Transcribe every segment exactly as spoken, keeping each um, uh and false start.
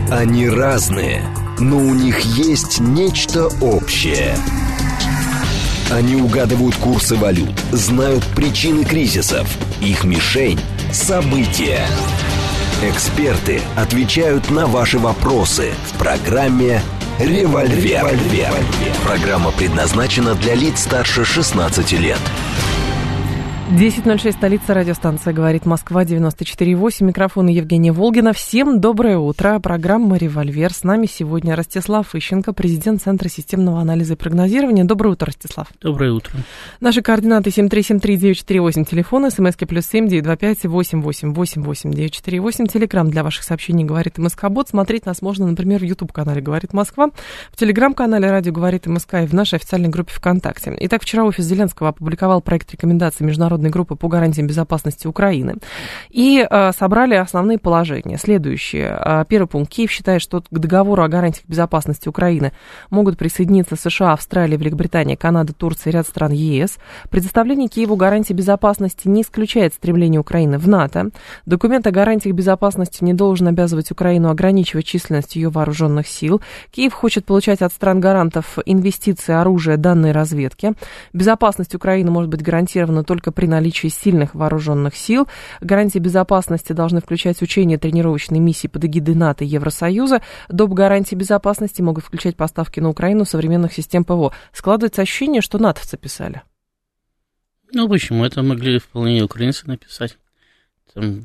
Они разные, но у них есть нечто общее. Они угадывают курсы валют, знают причины кризисов. Их мишень – события. Эксперты отвечают на ваши вопросы в программе «Револьвер». «Револьвер». Программа предназначена для лиц старше шестнадцати лет. десять ноль шесть, столица, радиостанция «Говорит Москва», девяносто четыре восемь, микрофон Евгения Волгина. Всем доброе утро, программа «Револьвер». С нами сегодня Ростислав Ищенко, президент Центра системного анализа и прогнозирования. Доброе утро, Ростислав. Доброе утро. Наши координаты семь три семь три девять четыре восемь, телефон, смски плюс семь девять два пять восемь восемь восемь восемь девять четыре восемь, телеграм для ваших сообщений «Говорит МСК-бот». Смотреть нас можно, например, в YouTube-канале «Говорит Москва», в телеграм-канале «Радио Говорит МСК» и в нашей официальной группе ВКонтакте. Итак, вчера офис Зеленского опубликовал проект рекомендаций международной группы по гарантиям безопасности Украины. И э, собрали основные положения. Следующие. Э, первый пункт. Киев считает, что к договору о гарантиях безопасности Украины могут присоединиться США, Австралия, Великобритания, Канада, Турция и ряд стран ЕС. Предоставление Киеву гарантий безопасности не исключает стремление Украины в НАТО. Документ о гарантиях безопасности не должен обязывать Украину ограничивать численность ее вооруженных сил. Киев хочет получать от стран-гарантов инвестиции, оружие, данные разведки. Безопасность Украины может быть гарантирована только при наличии сильных вооруженных сил. Гарантии безопасности должны включать учения тренировочной миссии под эгидой НАТО и Евросоюза. Доп. Гарантии безопасности могут включать поставки на Украину современных систем ПВО. Складывается ощущение, что натовцы писали. Ну, почему? Это могли вполне украинцы написать. Там,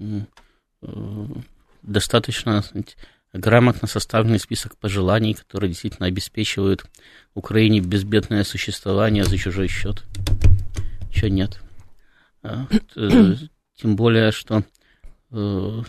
достаточно, знаете, грамотно составленный список пожеланий, которые действительно обеспечивают Украине безбедное существование за чужой счет. Чего нет? Тем более, что э,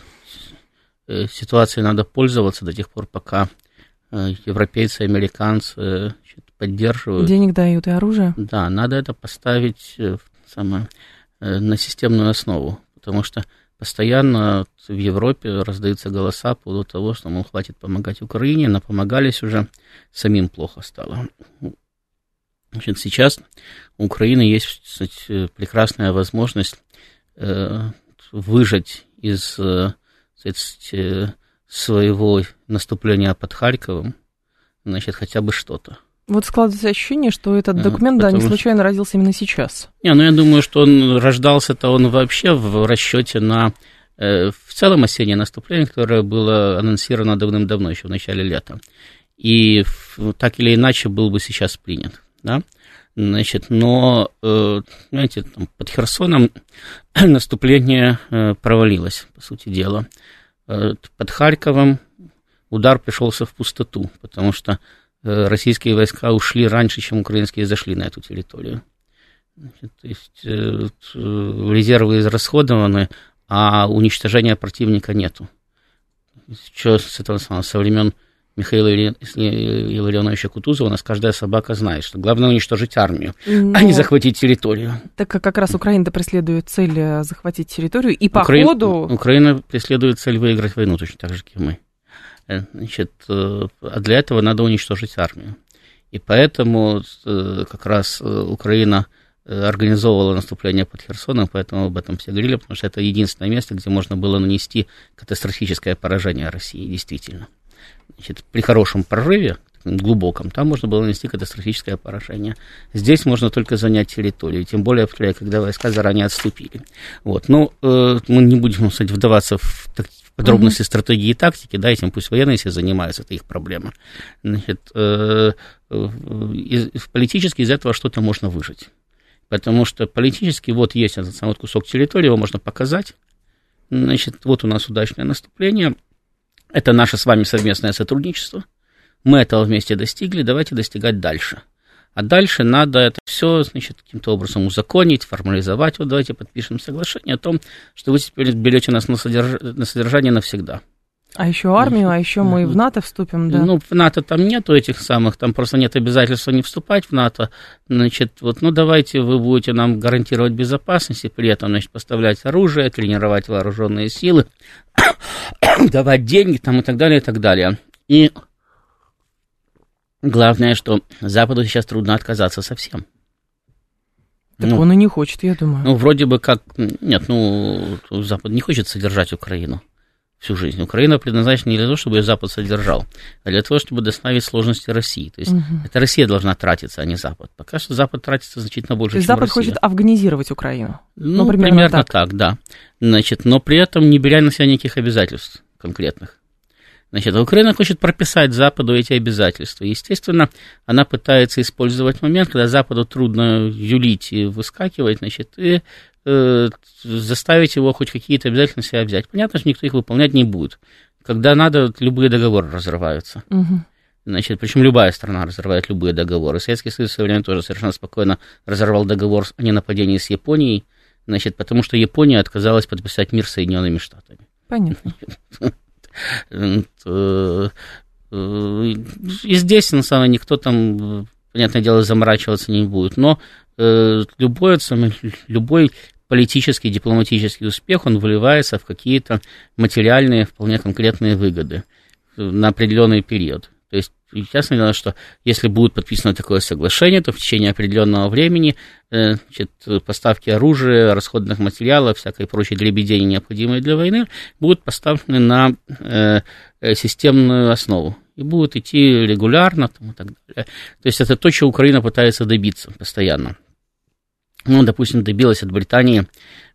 ситуацией надо пользоваться до тех пор, пока э, европейцы и американцы э, поддерживают. Денег дают и оружие? Да, надо это поставить э, самое, э, на системную основу, потому что постоянно в Европе раздаются голоса по поводу того, что, мол, хватит помогать Украине, напомогались уже, самим плохо стало. Значит, сейчас у Украины есть, кстати, прекрасная возможность э, выжать из э, кстати, своего наступления под Харьковом, значит, хотя бы что-то. Вот складывается ощущение, что этот документ, да, не случайно родился именно сейчас. Не, ну я думаю, что он рождался-то он вообще в расчете на э, в целом осеннее наступление, которое было анонсировано давным-давно, еще в начале лета. И так или иначе был бы сейчас принят. Да? Значит, но, э, знаете, там, под Херсоном наступление э, провалилось, по сути дела. Э, под Харьковом удар пришелся в пустоту, потому что э, российские войска ушли раньше, чем украинские зашли на эту территорию. Значит, то есть э, резервы израсходованы, а уничтожения противника нету. Что с этого самого, со времен Михаила Илларионовича Кутузова, у нас каждая собака знает, что главное уничтожить армию, но... а не захватить территорию. Так как как раз Украина преследует цель захватить территорию, и по Украина, ходу... Украина преследует цель выиграть войну, точно так же, как и мы. Значит, а для этого надо уничтожить армию. И поэтому как раз Украина организовывала наступление под Херсоном, поэтому об этом все говорили, потому что это единственное место, где можно было нанести катастрофическое поражение России, действительно. Значит, при хорошем прорыве, глубоком, там можно было нанести катастрофическое поражение. Здесь можно только занять территорию, тем более, когда войска заранее отступили. Вот. Но э, мы не будем, кстати, вдаваться в, так, в подробности mm-hmm. стратегии и тактики, да, этим пусть военные все занимаются, это их проблема. Значит, э, э, из, политически из этого что-то можно выжать. Потому что политически вот есть этот самый кусок территории, его можно показать. Значит, вот у нас удачное наступление. Это наше с вами совместное сотрудничество. Мы этого вместе достигли, давайте достигать дальше. А дальше надо это все, значит, каким-то образом узаконить, формализовать. Вот давайте подпишем соглашение о том, что вы теперь берете нас на, содерж... на содержание навсегда. А еще армию, а еще мы в НАТО вступим, да? Ну, в НАТО там нету этих самых, там просто нет обязательства не вступать в НАТО. Значит, вот, ну, давайте вы будете нам гарантировать безопасность и при этом, значит, поставлять оружие, тренировать вооруженные силы, давать деньги там и так далее, и так далее. И главное, что Западу сейчас трудно отказаться совсем. Так ну, он и не хочет, я думаю. Ну, вроде бы как... Нет, ну, Запад не хочет содержать Украину. всю жизнь. Украина предназначена не для того, чтобы ее Запад содержал, а для того, чтобы доставить сложности России. То есть угу. это Россия должна тратиться, а не Запад. Пока что Запад тратится значительно больше, То есть чем Запад Россия. хочет афганизировать Украину? Ну, ну примерно, примерно так. так, да. Значит, но при этом не беря на себя никаких обязательств конкретных. Значит, Украина хочет прописать Западу эти обязательства. Естественно, она пытается использовать момент, когда Западу трудно юлить и выскакивать, значит, и э, заставить его хоть какие-то обязательства на себя взять. Понятно, что никто их выполнять не будет. Когда надо, любые договоры разрываются. Угу. Значит, причем любая страна разрывает любые договоры. Советский Союз в свое время тоже совершенно спокойно разорвал договор о ненападении с Японией, значит, потому что Япония отказалась подписать мир с Соединенными Штатами. Понятно. И здесь, на самом деле, никто там, понятное дело, заморачиваться не будет. Но любой, любой политический, дипломатический успех, он выливается в какие-то материальные, вполне конкретные выгоды на определенный период. То есть, ясно дело, что если будет подписано такое соглашение, то в течение определенного времени значит, поставки оружия, расходных материалов, всякой прочей дребедени, необходимой для войны, будут поставлены на э, системную основу и будут идти регулярно там, и так далее. То есть это то, чего Украина пытается добиться постоянно. Ну, допустим, добилась от Британии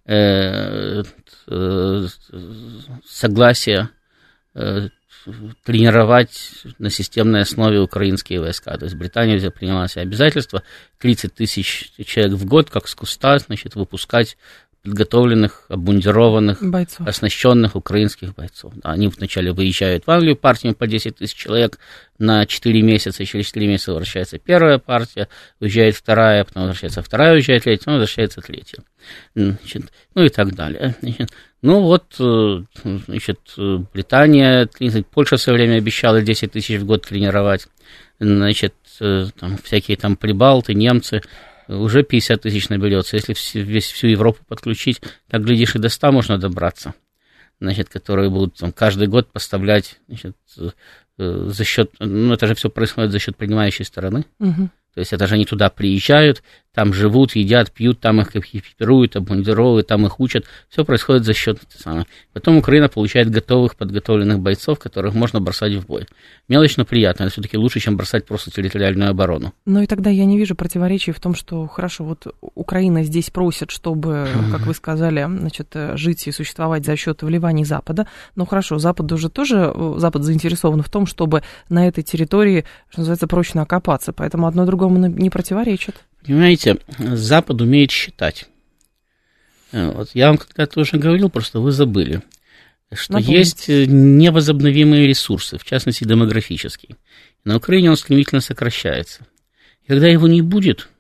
э, э, согласия э, тренировать на системной основе украинские войска. То есть Британия приняла на себя обязательство тридцать тысяч человек в год, как с куста, значит, выпускать подготовленных, обмундированных, бойцов. Оснащенных украинских бойцов. Они вначале выезжают в Англию партиями по десять тысяч человек на четыре месяца, через четыре месяца возвращается первая партия, уезжает вторая, потом возвращается вторая, уезжает третья, потом возвращается третья. Значит, ну и так далее. Значит, ну вот, значит, Британия, Польша в свое время обещала десять тысяч в год тренировать, значит, там, всякие там прибалты, немцы, уже пятьдесят тысяч наберется. Если весь, всю Европу подключить, так, глядишь, и до ста можно добраться, значит, которые будут там, каждый год поставлять, значит, за счет, ну, это же все происходит за счет принимающей стороны. Угу. То есть это же они туда приезжают, там живут, едят, пьют, там их экипируют, обмундировывают, там их учат. Все происходит за счет этого. Потом Украина получает готовых, подготовленных бойцов, которых можно бросать в бой. Мелочь, но приятно. Это все-таки лучше, чем бросать просто территориальную оборону. Ну и тогда я не вижу противоречий в том, что, хорошо, вот Украина здесь просит, чтобы, как вы сказали, значит, жить и существовать за счет вливаний Запада. Но хорошо, Запад уже тоже, Запад заинтересован в том, чтобы на этой территории, что называется, прочно окопаться. Поэтому одно другому не противоречит. Понимаете, Запад умеет считать. Вот я вам когда-то уже говорил, просто вы забыли, что Напомните. Есть невозобновимые ресурсы, в частности, демографические. На Украине он стремительно сокращается. И когда его не будет,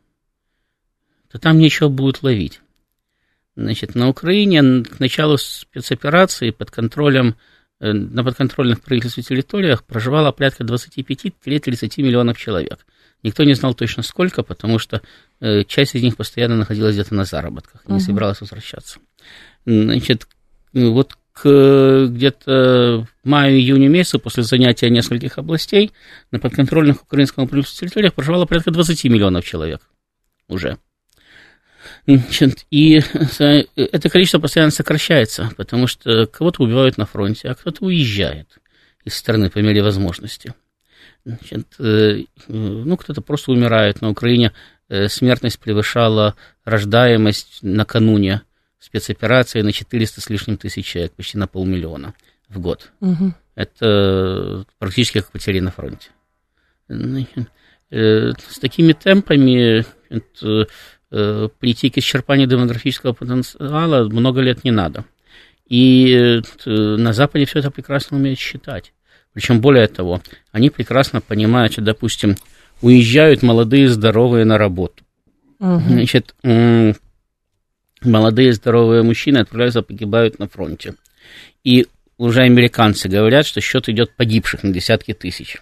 то там нечего будет ловить. Значит, на Украине к началу спецоперации под контролем, на подконтрольных правительству территориях проживало порядка двадцать пять - тридцать миллионов человек. Никто не знал точно сколько, потому что э, часть из них постоянно находилась где-то на заработках, не uh-huh. собиралась возвращаться. Значит, вот к, где-то маю-июню месяцу, после занятия нескольких областей, на подконтрольных украинскому правительству территориях проживало порядка двадцать миллионов человек уже. Значит, и это количество постоянно сокращается, потому что кого-то убивают на фронте, а кто-то уезжает из страны по мере возможности. Значит, ну, кто-то просто умирает. На Украине смертность превышала рождаемость накануне спецоперации на четыреста с лишним тысяч человек, почти на полмиллиона в год. Угу. Это практически как потери на фронте. Значит, с такими темпами прийти к исчерпанию демографического потенциала много лет не надо. И на Западе все это прекрасно умеют считать. Причем, более того, они прекрасно понимают, что, допустим, уезжают молодые, здоровые на работу. Uh-huh. Значит, молодые, здоровые мужчины отправляются, погибают на фронте. И уже американцы говорят, что счет идет погибших на десятки тысяч.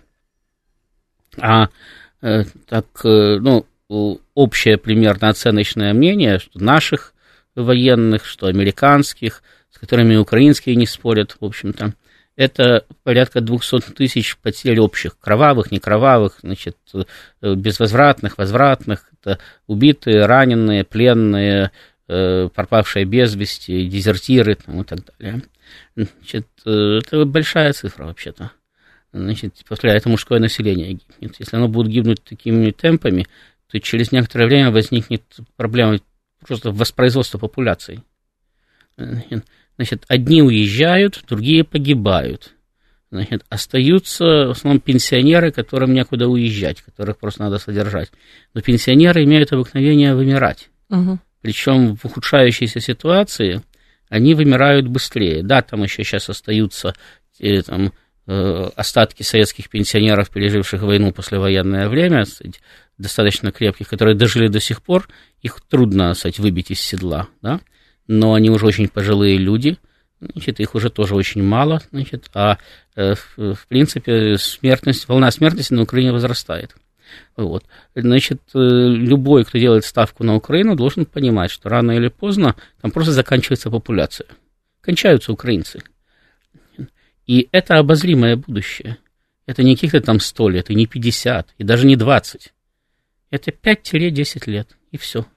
А так, ну, общее примерно оценочное мнение, что наших военных, что американских, с которыми украинские не спорят, в общем-то, это порядка двести тысяч потерь общих, кровавых, некровавых, значит, безвозвратных, возвратных, это убитые, раненые, пленные, пропавшие без вести, дезертиры там, и так далее. Значит, это большая цифра вообще-то. Значит, повторяю, это мужское население гибнет. Если оно будет гибнуть такими темпами, то через некоторое время возникнет проблема просто воспроизводства популяции. Значит, одни уезжают, другие погибают. Значит, остаются в основном пенсионеры, которым некуда уезжать, которых просто надо содержать. Но пенсионеры имеют обыкновение вымирать. Угу. Причем в ухудшающейся ситуации они вымирают быстрее. Да, там еще сейчас остаются э, там, э, остатки советских пенсионеров, переживших войну послевоенное время, кстати, достаточно крепких, которые дожили до сих пор. Их трудно, кстати, выбить из седла, да? Но они уже очень пожилые люди. Значит, их уже тоже очень мало, значит, а э, в, в принципе смертность, волна смертности на Украине возрастает. Вот. Значит, э, любой, кто делает ставку на Украину, должен понимать, что рано или поздно там просто заканчивается популяция. Кончаются украинцы. И это обозримое будущее. Это не каких-то там сто лет, и не пятьдесят, и даже не двадцать. Это пять-десять лет, и все.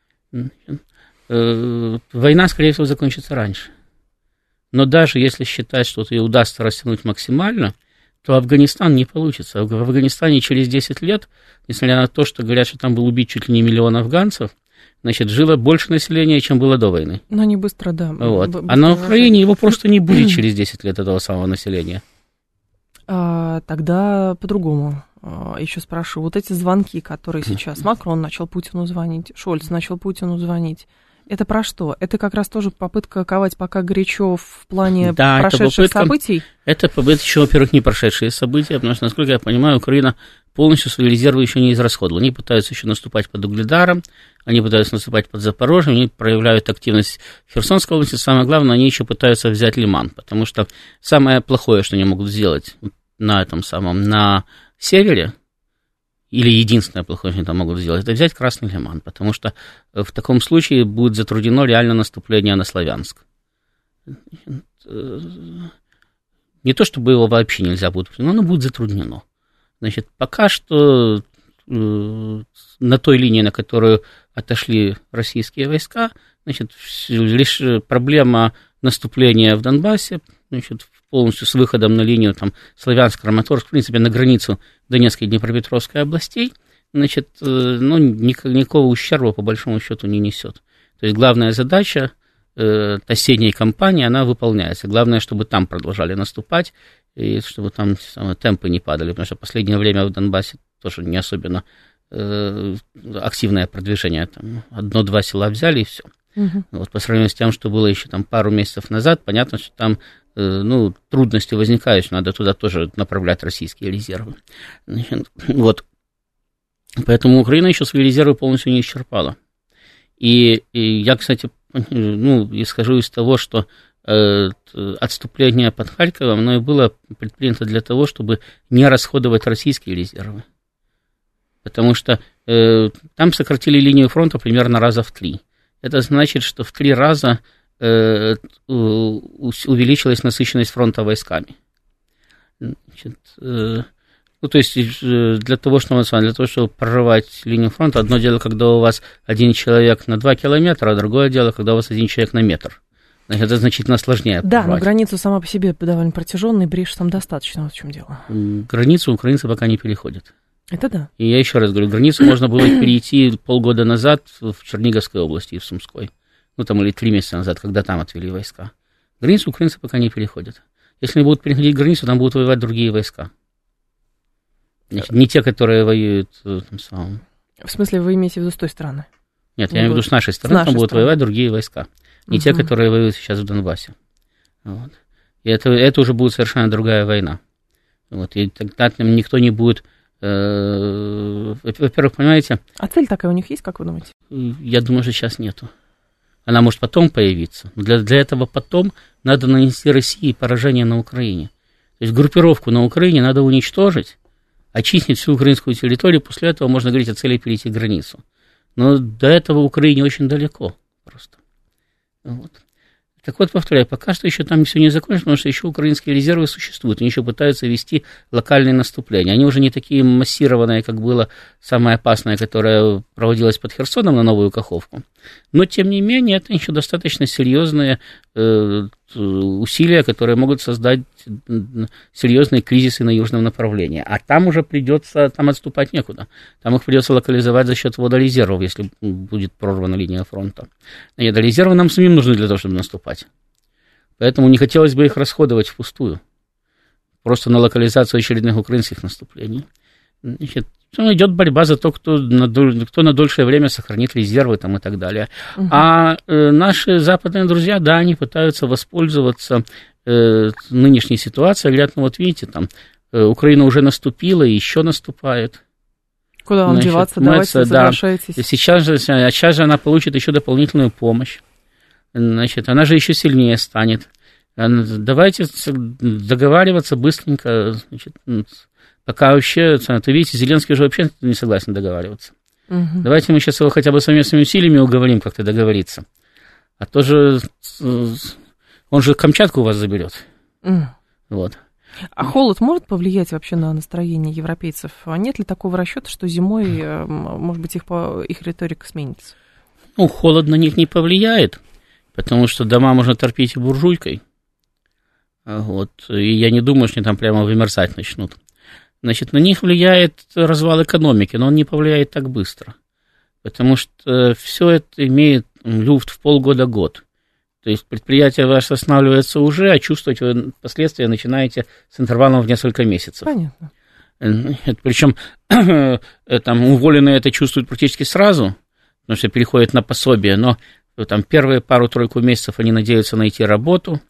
Э, война, скорее всего, закончится раньше. Но даже если считать, что ее удастся растянуть максимально, то Афганистан не получится. В Афганистане через десять лет, несмотря на то, что говорят, что там был убит чуть ли не миллион афганцев, значит, жило больше населения, чем было до войны. Но не быстро, да. Вот. Быстро а на Украине его просто не будет через десять лет, этого самого населения. А, тогда по-другому. Еще спрошу. Вот эти звонки, которые сейчас Макрон начал Путину звонить, Шольц начал Путину звонить, это про что? Это как раз тоже попытка ковать пока горячо в плане да, прошедших это попытка, событий? Это попытка еще, во-первых, не прошедшие события, потому что, насколько я понимаю, Украина полностью свои резервы еще не израсходовала. Они пытаются еще наступать под Угледаром, они пытаются наступать под Запорожьем, они проявляют активность в Херсонской области. Самое главное, они еще пытаются взять Лиман, потому что самое плохое, что они могут сделать на этом самом, на севере, или единственное плохое, что они там могут сделать, это взять Красный Лиман, потому что в таком случае будет затруднено реально наступление на Славянск. Не то, чтобы его вообще нельзя будет, но оно будет затруднено. Значит, пока что на той линии, на которую отошли российские войска, значит, лишь проблема наступления в Донбассе, значит, полностью с выходом на линию там, Славянск-Краматорск, в принципе, на границу Донецкой и Днепропетровской областей, значит, ну, никакого ущерба, по большому счету, не несет. То есть главная задача э, осенней кампании, она выполняется. Главное, чтобы там продолжали наступать, и чтобы там самые темпы не падали, потому что в последнее время в Донбассе тоже не особенно э, активное продвижение. Там одно-два села взяли, и все. Угу. Вот, по сравнению с тем, что было еще там пару месяцев назад, понятно, что там ну, трудности возникают, что надо туда тоже направлять российские резервы. Значит, вот. Поэтому Украина еще свои резервы полностью не исчерпала. И, и я, кстати, ну, исхожу из того, что э, отступление под Харьковом, оно и было предпринято для того, чтобы не расходовать российские резервы. Потому что э, там сократили линию фронта примерно раза в три. Это значит, что в три раза увеличилась насыщенность фронта войсками. Значит, ну, то есть для того, чтобы, для того, чтобы прорывать линию фронта, одно дело, когда у вас один человек на два километра, а другое дело, когда у вас один человек на метр. Значит, это значительно сложнее. Да, прорвать. Но граница сама по себе довольно протяженная, брешь там достаточно, вот в чем дело. Границу украинцы пока не переходят. Это да. И я еще раз говорю, границу можно было перейти полгода назад в Черниговской области и в Сумской. Ну, там, или три месяца назад, когда там отвели войска. Границу украинцы пока не переходят. Если они будут переходить границу, там будут воевать другие войска. Значит, не те, которые воюют там самым. В смысле, вы имеете в виду с той стороны? Нет, я имею в виду с нашей стороны, с нашей там будут стороны. Воевать другие войска. Не угу. те, которые воюют сейчас в Донбассе. Вот. И это, это уже будет совершенно другая война. Вот. И тогда там никто не будет... Э, во-первых, понимаете... А цель такая у них есть, как вы думаете? Я думаю, что сейчас нету. Она может потом появиться. Но для, для этого потом надо нанести России поражение на Украине. То есть группировку на Украине надо уничтожить, очистить всю украинскую территорию, после этого можно говорить о цели перейти границу. Но до этого Украине очень далеко просто. Вот. Так вот, повторяю, пока что еще там все не закончено, потому что еще украинские резервы существуют, они еще пытаются вести локальные наступления. Они уже не такие массированные, как было самое опасное, которое проводилось под Херсоном на Новую Каховку. Но, тем не менее, это еще достаточно серьезные усилия, которые могут создать серьезные кризисы на южном направлении. А там уже придется, там отступать некуда. Там их придется локализовать за счет ввода резервов, если будет прорвана линия фронта. Нет, а резервы нам самим нужны для того, чтобы наступать. Поэтому не хотелось бы их расходовать впустую. Просто на локализацию очередных украинских наступлений. Значит, идет борьба за то, кто на, кто на дольшее время сохранит резервы там, и так далее. Угу. А э, наши западные друзья, да, они пытаются воспользоваться э, нынешней ситуацией. Говорят, ну вот видите, там э, Украина уже наступила и еще наступает. Куда вам Значит, деваться? Давайте, соглашайтесь. Да. Сейчас же, сейчас же она получит еще дополнительную помощь. Значит, она же еще сильнее станет. Давайте договариваться быстренько, значит, пока вообще, ты видите, Зеленский уже вообще не согласен договариваться. Угу. Давайте мы сейчас его хотя бы совместными усилиями уговорим как-то договориться. А то же он же Камчатку у вас заберет. Угу. Вот. А холод может повлиять вообще на настроение европейцев? А нет ли такого расчета, что зимой, может быть, их, их риторика сменится? Ну, холод на них не повлияет, потому что дома можно торпить и буржуйкой. Вот. И я не думаю, что они там прямо вымерзать начнут. Значит, на них влияет развал экономики, но он не повлияет так быстро. Потому что все это имеет люфт в полгода-год. То есть предприятие ваше останавливается уже, а чувствовать вы последствия начинаете с интервалом в несколько месяцев. Понятно. Причем там уволенные это чувствуют практически сразу, потому что переходят на пособие, но там первые пару-тройку месяцев они надеются найти работу.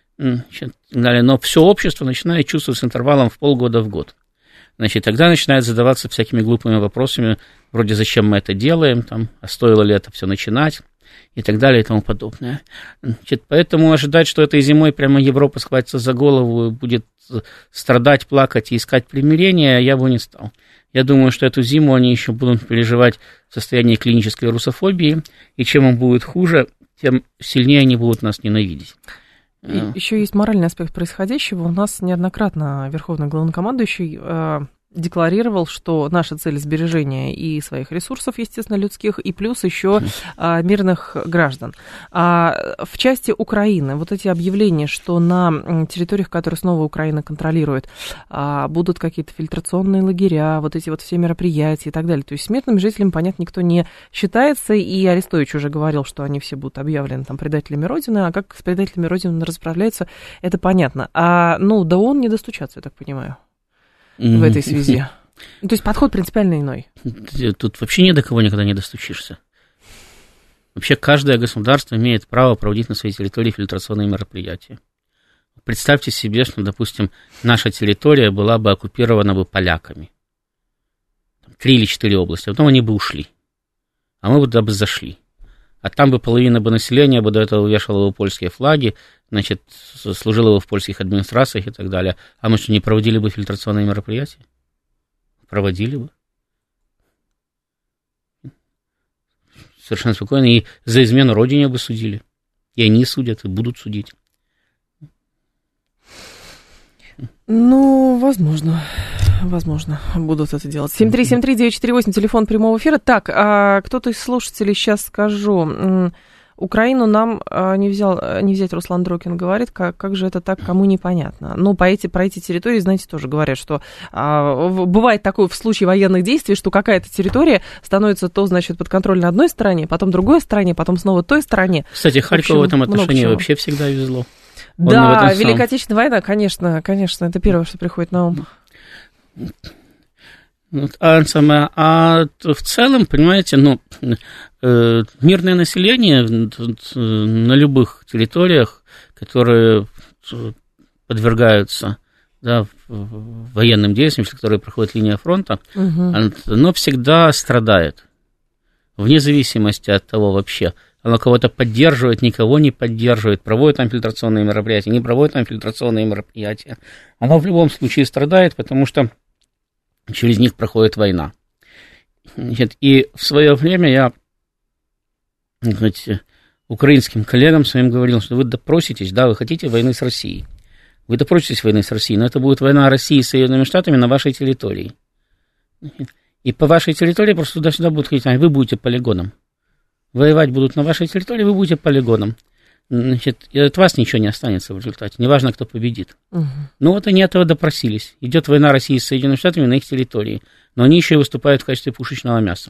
Но все общество начинает чувствовать с интервалом в полгода в год. Значит, тогда начинает задаваться всякими глупыми вопросами, вроде зачем мы это делаем, там, а стоило ли это все начинать, и так далее, и тому подобное. Значит, поэтому ожидать, что этой зимой прямо Европа схватится за голову и будет страдать, плакать и искать примирения, я бы не стал. Я думаю, что эту зиму они еще будут переживать в состоянии клинической русофобии, и чем им будет хуже, тем сильнее они будут нас ненавидеть. И еще есть моральный аспект происходящего. У нас неоднократно верховный главнокомандующий э, декларировал, что наша цель сбережения и своих ресурсов, естественно, людских, и плюс еще э, мирных граждан. А в части Украины вот эти объявления, что на территориях, которые снова Украина контролирует, э, будут какие-то фильтрационные лагеря, вот эти вот все мероприятия и так далее. То есть с мирными жителями, понятно, никто не считается, и Арестович уже говорил, что они все будут объявлены там предателями Родины, а как с предателями Родины расправляются, это понятно. А, ну, да он не достучаться, я так понимаю, в этой связи. То есть подход принципиально иной. Тут вообще ни до кого никогда не достучишься. Вообще каждое государство имеет право проводить на своей территории фильтрационные мероприятия. Представьте себе, что, допустим, наша территория была бы оккупирована бы поляками. Три или четыре области, а потом они бы ушли. А мы бы туда бы зашли. А там бы половина бы населения бы до этого вешала бы польские флаги, значит, служила бы в польских администрациях и так далее. А мы что, не проводили бы фильтрационные мероприятия? Проводили бы. Совершенно спокойно. И за измену родине бы судили. И они судят, и будут судить. Ну, возможно. Возможно, будут это делать. семь три семь три девять четыре восемь, телефон прямого эфира. Так, а кто-то из слушателей, сейчас скажу, Украину нам не, взял, не взять, Руслан Дрокин говорит, как, как же это так, кому непонятно. Ну, по эти, про эти территории, знаете, тоже говорят, что а, бывает такое в случае военных действий, что какая-то территория становится то, значит, под контроль на одной стороне, потом другой стороне, потом снова той стороне. Кстати, Харькову в, общем, в этом отношении вообще всегда везло. Он да, Великая Отечественная война, конечно, конечно, это первое, что приходит на ум. А, а в целом, понимаете, ну, мирное население на любых территориях, которые подвергаются, да, военным действиям, через которые проходит линия фронта, угу. оно всегда страдает, вне зависимости от того вообще, оно кого-то поддерживает, никого не поддерживает, проводит там фильтрационные мероприятия, не проводит там фильтрационные мероприятия. Оно в любом случае страдает, потому что через них проходит война. Значит, и в свое время я, знаете, украинским коллегам своим говорил, что вы допроситесь, да, вы хотите войны с Россией. Вы допроситесь войны с Россией, но это будет война России с Соединенными Штатами на вашей территории. И по вашей территории просто туда-сюда будут ходить, а вы будете полигоном. Воевать будут на вашей территории, вы будете полигоном. значит, от вас ничего не останется в результате, неважно, кто победит. Угу. Ну вот они этого допросились. Идет война России с Соединенными Штатами на их территории, но они еще и выступают в качестве пушечного мяса.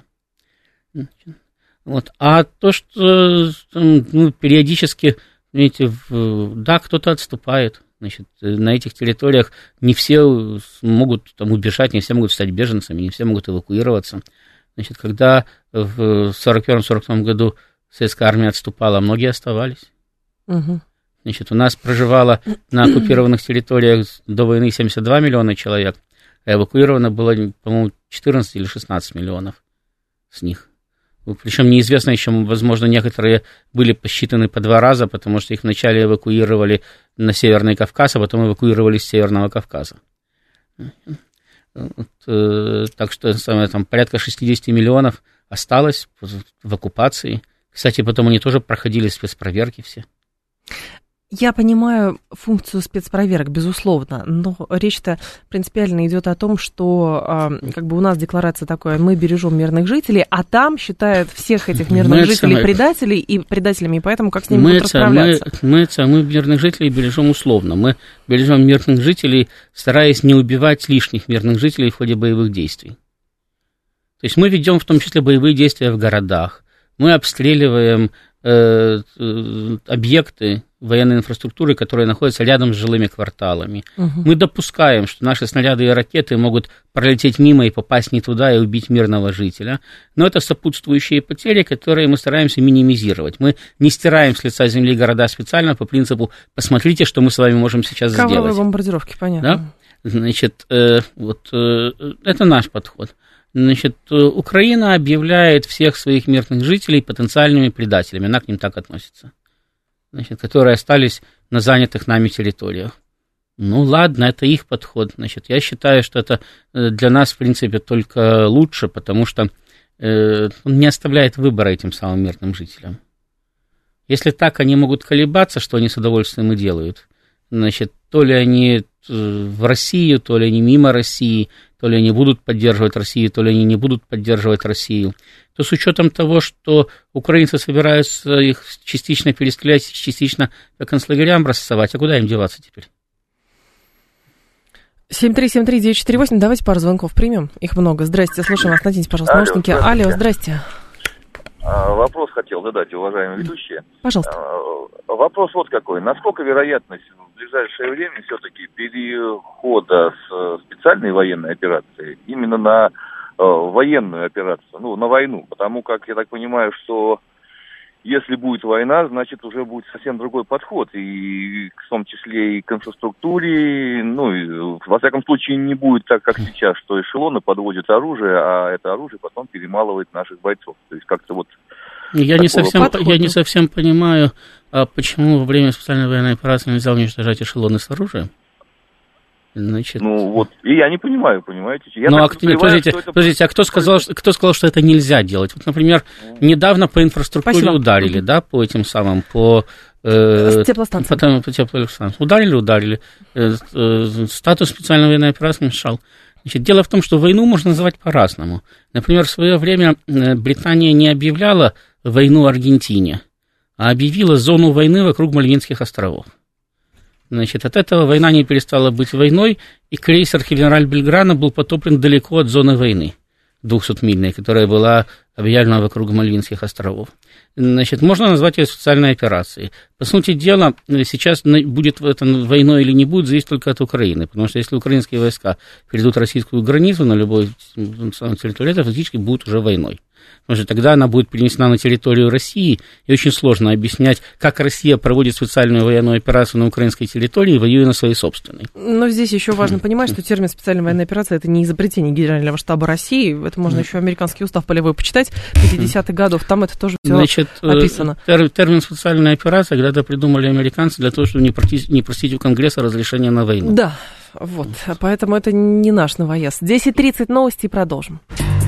Вот. А то, что ну, периодически, видите, в, да, кто-то отступает. Значит, на этих территориях не все могут там убежать, не все могут стать беженцами, не все могут эвакуироваться. Значит, когда в сорок первом — сорок втором году советская армия отступала, многие оставались. Угу. Значит, у нас проживало на оккупированных территориях до войны семьдесят два миллиона человек, а эвакуировано было, по-моему, четырнадцать или шестнадцать миллионов с них. Причем неизвестно еще, возможно, некоторые были посчитаны по два раза, потому что их вначале эвакуировали на Северный Кавказ, а потом эвакуировали с Северного Кавказа. Вот, э, так что самое, там, порядка шестьдесят миллионов осталось в оккупации. Кстати, потом они тоже проходили спецпроверки все. Я понимаю функцию спецпроверок, безусловно, но речь-то принципиально идет о том, что как бы у нас декларация такая: мы бережем мирных жителей, а там считают всех этих мирных мы жителей это... предателей и предателями, и поэтому как с ними мы будут это, расправляться? Мы, мы, это, мы мирных жителей бережем условно. Мы бережем мирных жителей, стараясь не убивать лишних мирных жителей в ходе боевых действий. То есть мы ведем в том числе боевые действия в городах, мы обстреливаем э, э, объекты военной инфраструктуры, которые находятся рядом с жилыми кварталами. Угу. Мы допускаем, что наши снаряды и ракеты могут пролететь мимо и попасть не туда и убить мирного жителя, но это сопутствующие потери, которые мы стараемся минимизировать. Мы не стираем с лица земли города специально по принципу «посмотрите, что мы с вами можем сейчас Ковровые сделать». Ковровые бомбардировки, понятно. Да? Значит, э, вот, э, это наш подход. Значит, Украина объявляет всех своих мирных жителей потенциальными предателями, она к ним так относится. Значит, которые остались на занятых нами территориях. Ну, ладно, это их подход. Значит, я считаю, что это для нас, в принципе, только лучше, потому что э, он не оставляет выбора этим самым мирным жителям. Если так они могут колебаться, что они с удовольствием и делают, значит, то ли они в Россию, то ли они мимо России, то ли они будут поддерживать Россию, то ли они не будут поддерживать Россию, то с учетом того, что украинцы собираются их частично перестрелять, частично по концлагерям рассовать, а куда им деваться теперь? семь три семь три девять четыре восемь, давайте пару звонков примем, их много. Здрасте, слушаем вас, наденьте, пожалуйста, Алло, наушники. здрасте. Алло, здрасте. Вопрос хотел задать, уважаемые ведущие. Пожалуйста. Вопрос вот какой. Насколько вероятность в ближайшее время все-таки перехода с специальной военной операции именно на военную операцию, ну, на войну? Потому как, я так понимаю, что если будет война, значит, уже будет совсем другой подход, и в том числе и к инфраструктуре, ну, и, во всяком случае, не будет так, как сейчас, что эшелоны подводят оружие, а это оружие потом перемалывает наших бойцов. То есть как-то вот... Я не, совсем, я не совсем понимаю, а почему во время специальной военной операции нельзя уничтожать эшелоны с оружием? Значит... Ну вот, и я не понимаю, понимаете? Я ну, а, подождите, это... подождите, а кто сказал, что, кто сказал, что это нельзя делать? Вот, например, недавно по инфраструктуре Спасибо. ударили, да, по этим самым, по... Э, теплостанциям. По, по теплостанциям. Ударили, ударили. Э, э, статус специальной военной операции мешал. Значит, дело в том, что войну можно называть по-разному. Например, в свое время Британия не объявляла войну Аргентине, а объявила зону войны вокруг Мальвинских островов. Значит, от этого война не перестала быть войной, и крейсер «Генераль Бельграно» был потоплен далеко от зоны войны, двухсотмильной, которая была объявлена вокруг Мальвинских островов. Значит, можно назвать ее специальной операцией. По сути дела, сейчас будет это войной или не будет, зависит только от Украины, потому что если украинские войска перейдут российскую границу на любой территории, это фактически будет уже войной. Потому что тогда она будет перенесена на территорию России, и очень сложно объяснять, как Россия проводит специальную военную операцию на украинской территории, воюя на своей собственной. Но здесь еще важно понимать, что термин «специальная военная операция» — это не изобретение Генерального штаба России, это можно еще американский устав полевой почитать пятидесятых годов, там это тоже все Значит, описано. Тер, термин «специальная операция» когда-то придумали американцы для того, чтобы не просить, не просить у Конгресса разрешения на войну. Да, вот, поэтому это не наш новояз. десять тридцать новости и продолжим.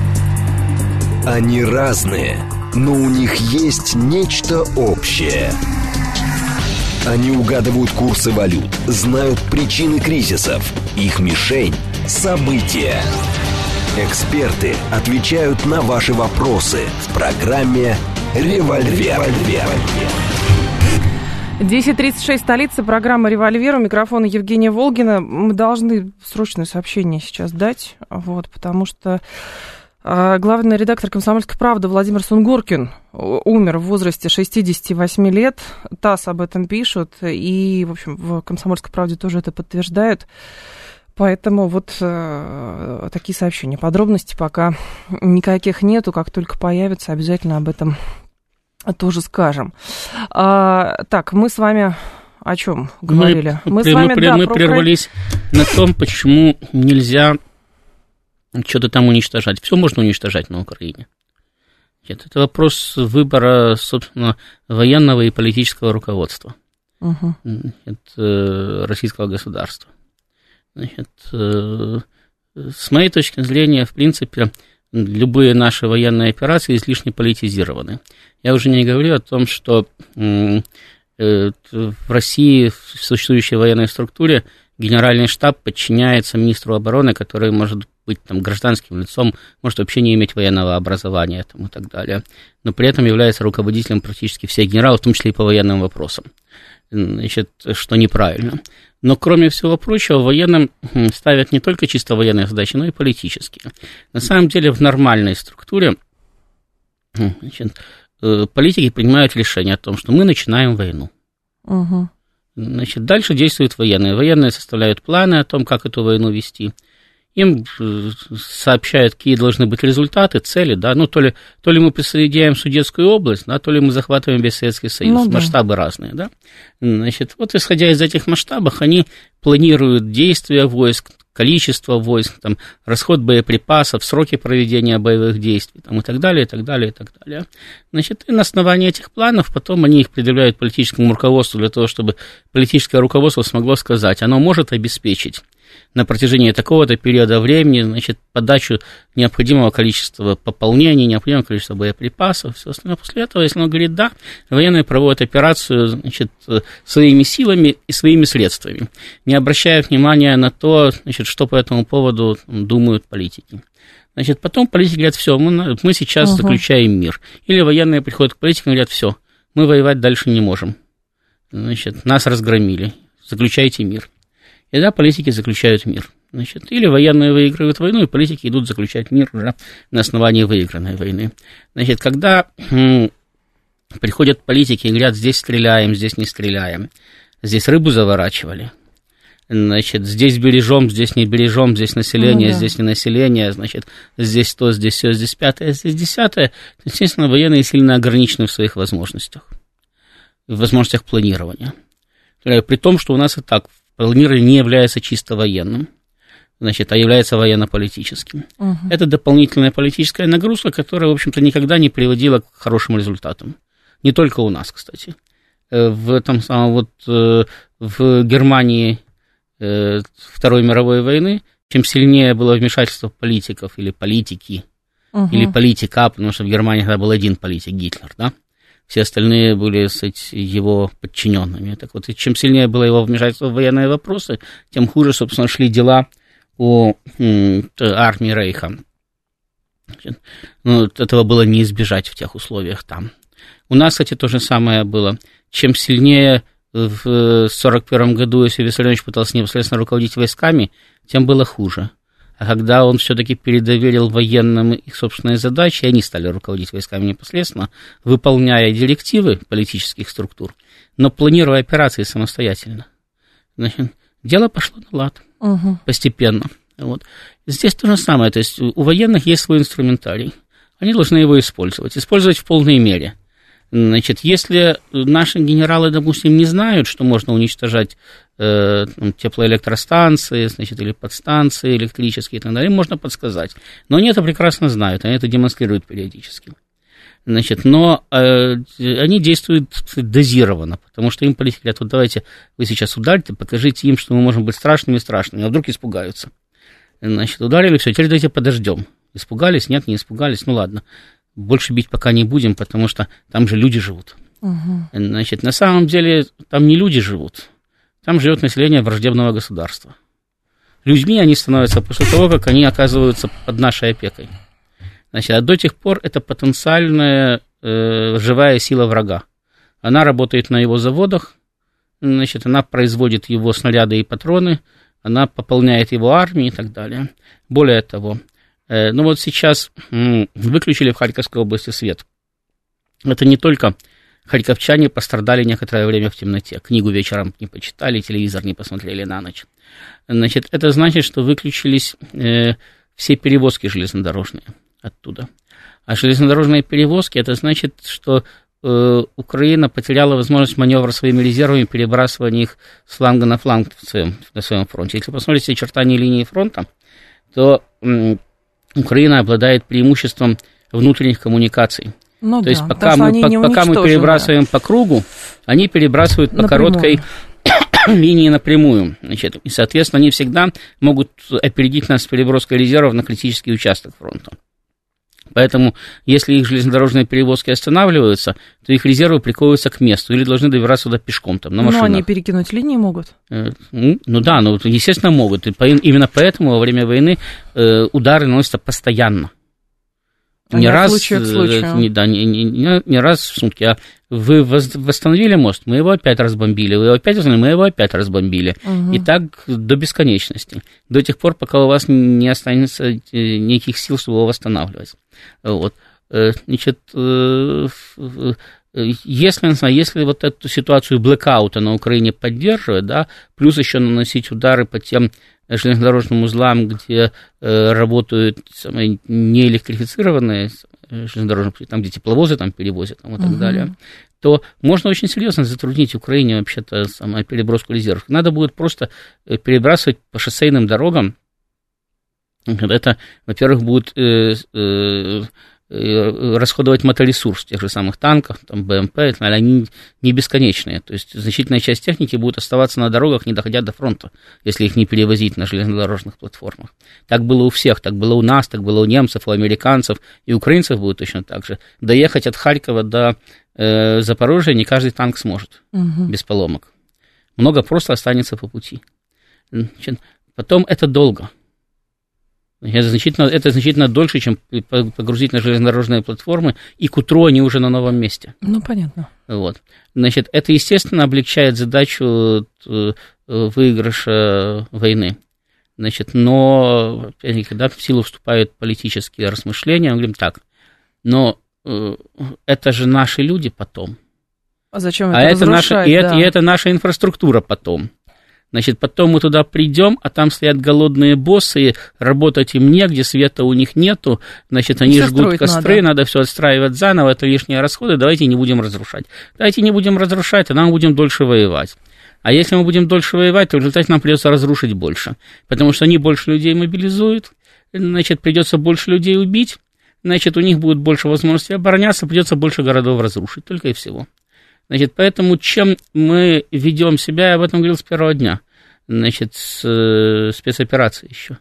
Они разные, но у них есть нечто общее. Они угадывают курсы валют, знают причины кризисов. Их мишень – события. Эксперты отвечают на ваши вопросы в программе «Револьвер». десять тридцать шесть, столица, программа «Револьвер», у микрофона Евгения Волгина. Мы должны срочное сообщение сейчас дать, вот, потому что э, главный редактор «Комсомольской правды» Владимир Сунгоркин умер в возрасте шестидесяти восьми лет. ТАСС об этом пишут, и, в общем, в «Комсомольской правде» тоже это подтверждают. Поэтому вот э, такие сообщения. Подробностей пока никаких нету, как только появятся, обязательно об этом тоже скажем. А, так, мы с вами о чем говорили? Мы, мы, при, с вами, мы, да, мы про... прервались на том, почему нельзя что-то там уничтожать. Все можно уничтожать на Украине. Это вопрос выбора, собственно, военного и политического руководства. Угу. Это российского государства. Значит, с моей точки зрения, в принципе, любые наши военные операции излишне политизированы. Я уже не говорю о том, что в России, в существующей военной структуре, генеральный штаб подчиняется министру обороны, который может быть там гражданским лицом, может вообще не иметь военного образования там, и так далее, но при этом является руководителем практически всех генералов, в том числе и по военным вопросам. Значит, что неправильно. Но, кроме всего прочего, военным ставят не только чисто военные задачи, но и политические. На самом деле, в нормальной структуре, значит, политики принимают решение о том, что мы начинаем войну. Угу. Значит, дальше действуют военные. Военные составляют планы о том, как эту войну вести. Им сообщают, какие должны быть результаты, цели, да, ну, то ли, то ли мы присоединяем Судетскую область, да, то ли мы захватываем весь Советский Союз, ну, да. Масштабы разные, да. Значит, вот исходя из этих масштабов, они планируют действия войск, количество войск, там, расход боеприпасов, сроки проведения боевых действий, там, и так далее, и так далее, и так далее. Значит, и на основании этих планов потом они их предъявляют политическому руководству для того, чтобы политическое руководство смогло сказать, оно может обеспечить на протяжении такого-то периода времени, значит, подачу необходимого количества пополнений, необходимого количества боеприпасов, все остальное. После этого, если он говорит «да», военные проводят операцию, значит, своими силами и своими средствами, не обращая внимания на то, значит, что по этому поводу думают политики. Значит, потом политики говорят: все, мы, мы сейчас угу. заключаем мир. Или военные приходят к политикам и говорят: все, мы воевать дальше не можем. Значит, нас разгромили, заключайте мир. И да, политики заключают мир. Значит, или военные выигрывают войну, и политики идут заключать мир уже на основании выигранной войны. Значит, когда м- приходят политики и говорят: здесь стреляем, здесь не стреляем, здесь рыбу заворачивали, значит, здесь бережем, здесь не бережем, здесь население, ну, да. здесь не население, значит, здесь то, здесь все, здесь пятое, здесь десятое, естественно, военные сильно ограничены в своих возможностях, в возможностях планирования. При том, что у нас и так планирование не является чисто военным, значит, а является военно-политическим. Угу. Это дополнительная политическая нагрузка, которая, в общем-то, никогда не приводила к хорошим результатам. Не только у нас, кстати. В этом самом вот в Германии Второй мировой войны, чем сильнее было вмешательство политиков или политики, угу. или политика, потому что в Германии тогда был один политик, Гитлер, да? Все остальные были, кстати, его подчиненными. Так вот, и чем сильнее было его вмешательство в военные вопросы, тем хуже, собственно, шли дела у м, армии Рейха. Значит, ну, этого было не избежать в тех условиях там. У нас, кстати, то же самое было. Чем сильнее в сорок первом году Иосиф Виссарионович пытался непосредственно руководить войсками, тем было хуже. А когда он все-таки передоверил военным их собственные задачи, и они стали руководить войсками непосредственно, выполняя директивы политических структур, но планируя операции самостоятельно, значит, дело пошло на лад угу. постепенно. Вот. Здесь то же самое, то есть у военных есть свой инструментарий, они должны его использовать, использовать в полной мере. Значит, если наши генералы, допустим, не знают, что можно уничтожать э, теплоэлектростанции, значит, или подстанции электрические и так далее, им можно подсказать. Но они это прекрасно знают, они это демонстрируют периодически. Значит, но э, они действуют дозированно, потому что им политики говорят: вот давайте вы сейчас ударите, покажите им, что мы можем быть страшными страшными, а вдруг испугаются. Значит, ударили, все, теперь давайте подождем. Испугались, нет, не испугались, ну ладно. Больше бить пока не будем, потому что там же люди живут. Угу. Значит, на самом деле там не люди живут, там живет население враждебного государства. Людьми они становятся после того, как они оказываются под нашей опекой. Значит, а до тех пор это потенциальная э, живая сила врага. Она работает на его заводах, значит, она производит его снаряды и патроны, она пополняет его армию и так далее. Более того, ну вот сейчас выключили в Харьковской области свет. Это не только харьковчане пострадали некоторое время в темноте, книгу вечером не почитали, телевизор не посмотрели на ночь. Значит, это значит, что выключились э, все перевозки железнодорожные оттуда. А железнодорожные перевозки, это значит, что э, Украина потеряла возможность маневра своими резервами, перебрасывания их с фланга на фланг в своем, на своем фронте. Если посмотрите очертания линии фронта, то э, Украина обладает преимуществом внутренних коммуникаций. Ну, то да, есть пока, мы, по, пока мы перебрасываем по кругу, они перебрасывают по напрямую. Короткой линии напрямую. Значит, и, соответственно, они всегда могут опередить нас с переброской резервов на критический участок фронта. Поэтому, если их железнодорожные перевозки останавливаются, то их резервы приковываются к месту или должны добираться сюда пешком, там, на машинах. Но они перекинуть линии могут? Ну, ну да, ну, естественно, могут. И по, именно поэтому во время войны э, удары наносятся постоянно. А не раз, не, да, не, не, не раз в сутки, а вы восстановили мост, мы его опять разбомбили, вы его опять восстановили, мы его опять разбомбили. Угу. И так до бесконечности, до тех пор, пока у вас не останется никаких сил, чтобы его восстанавливать. Вот. Значит, если, если вот эту ситуацию блэкаута на Украине поддерживать, да, плюс еще наносить удары по тем железнодорожным узлам, где э, работают самые неэлектрифицированные железнодорожные пути, там, где тепловозы там перевозят там, и так uh-huh. далее, то можно очень серьезно затруднить Украине вообще-то самую переброску резервов. Надо будет просто перебрасывать по шоссейным дорогам. Это, во-первых, будет э, э, расходовать моторесурс тех же самых танков, там, БМП, они не бесконечные, то есть значительная часть техники будет оставаться на дорогах, не доходя до фронта, если их не перевозить на железнодорожных платформах. Так было у всех, так было у нас, так было у немцев, у американцев, и украинцев будет точно так же. Доехать от Харькова до э, Запорожья не каждый танк сможет угу. без поломок. Много просто останется по пути. Потом это долго. Это значительно, это значительно дольше, чем погрузить на железнодорожные платформы, и к утру они уже на новом месте. Ну, понятно. Вот. Значит, это, естественно, облегчает задачу выигрыша войны. Значит, но, когда в силу вступают политические размышления, мы говорим так, но это же наши люди потом. А зачем это а это наша, да. и, это, и это наша инфраструктура потом. Значит, потом мы туда придем, а там стоят голодные боссы, работать им негде, света у них нету, значит, они все жгут костры, надо. надо все отстраивать заново, это лишние расходы, давайте не будем разрушать. Давайте не будем разрушать, а нам будем дольше воевать. А если мы будем дольше воевать, то в результате нам придется разрушить больше, потому что они больше людей мобилизуют, значит, придется больше людей убить, значит, у них будет больше возможностей обороняться, придется больше городов разрушить, только и всего. Значит, поэтому чем мы ведем себя, я об этом говорил с первого дня, значит, с э, спецоперации еще.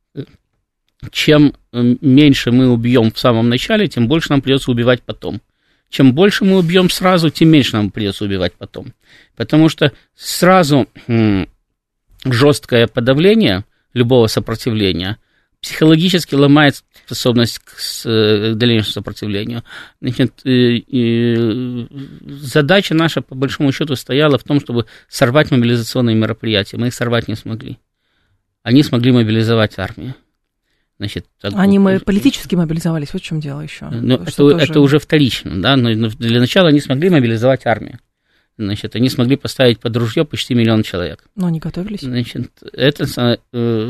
Чем меньше мы убьем в самом начале, тем больше нам придется убивать потом. Чем больше мы убьем сразу, тем меньше нам придется убивать потом. Потому что сразу м- жесткое подавление любого сопротивления психологически ломает способность к, к дальнейшему сопротивлению. Значит, и, и задача наша, по большому счету, стояла в том, чтобы сорвать мобилизационные мероприятия. Мы их сорвать не смогли. Они смогли мобилизовать армию. Значит, так, Они мы политически мобилизовались, вот в чем дело еще. Ну, это, тоже... это уже вторично, да, но для начала они смогли мобилизовать армию. Значит, они смогли поставить под ружье почти миллион человек. Но они готовились. Значит, это...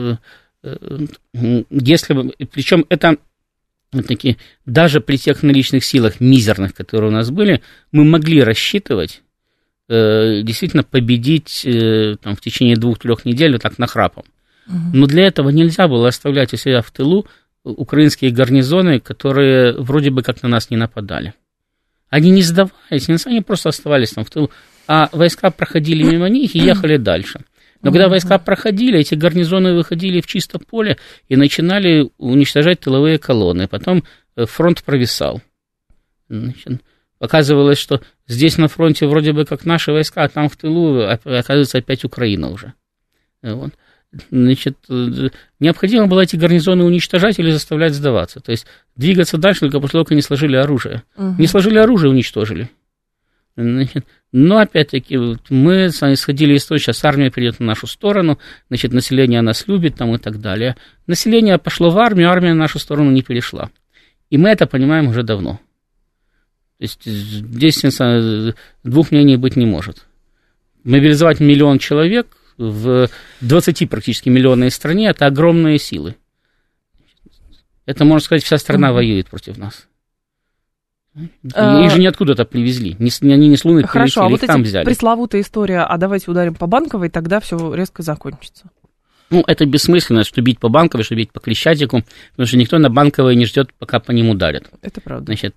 Если бы, причем это такие, даже при тех наличных силах мизерных, которые у нас были, мы могли рассчитывать э, действительно победить э, там, в течение двух-трех недель вот так нахрапом. Угу. Но для этого нельзя было оставлять у себя в тылу украинские гарнизоны, которые вроде бы как на нас не нападали. Они не сдавались, они просто оставались там в тылу, а войска проходили мимо них и ехали дальше. Но когда войска проходили, эти гарнизоны выходили в чисто поле и начинали уничтожать тыловые колонны. Потом фронт провисал. Значит, оказывалось, что здесь на фронте вроде бы как наши войска, а там в тылу, оказывается, опять Украина уже. Вот. Значит, необходимо было эти гарнизоны уничтожать или заставлять сдаваться. То есть двигаться дальше только после того, как они сложили оружие. Угу. Не сложили оружие, уничтожили. Значит, но, опять-таки, мы с вами исходили из того, что сейчас армия перейдет на нашу сторону, значит, население нас любит там, и так далее. Население пошло в армию, армия на нашу сторону не перешла. И мы это понимаем уже давно. То есть здесь двух мнений быть не может. Мобилизовать миллион человек в двадцати практически миллионной стране – это огромные силы. Это, можно сказать, вся страна mm-hmm. воюет против нас. Их же ниоткуда это привезли. Они не с Луны прилетели, Хорошо, а вот их там эти взяли. Пресловутая история, а давайте ударим по Банковой, тогда все резко закончится. Ну, это бессмысленно, что бить по Банковой, что бить по Крещатику, потому что никто на Банковой не ждет, пока по ним ударят. Это правда. Значит,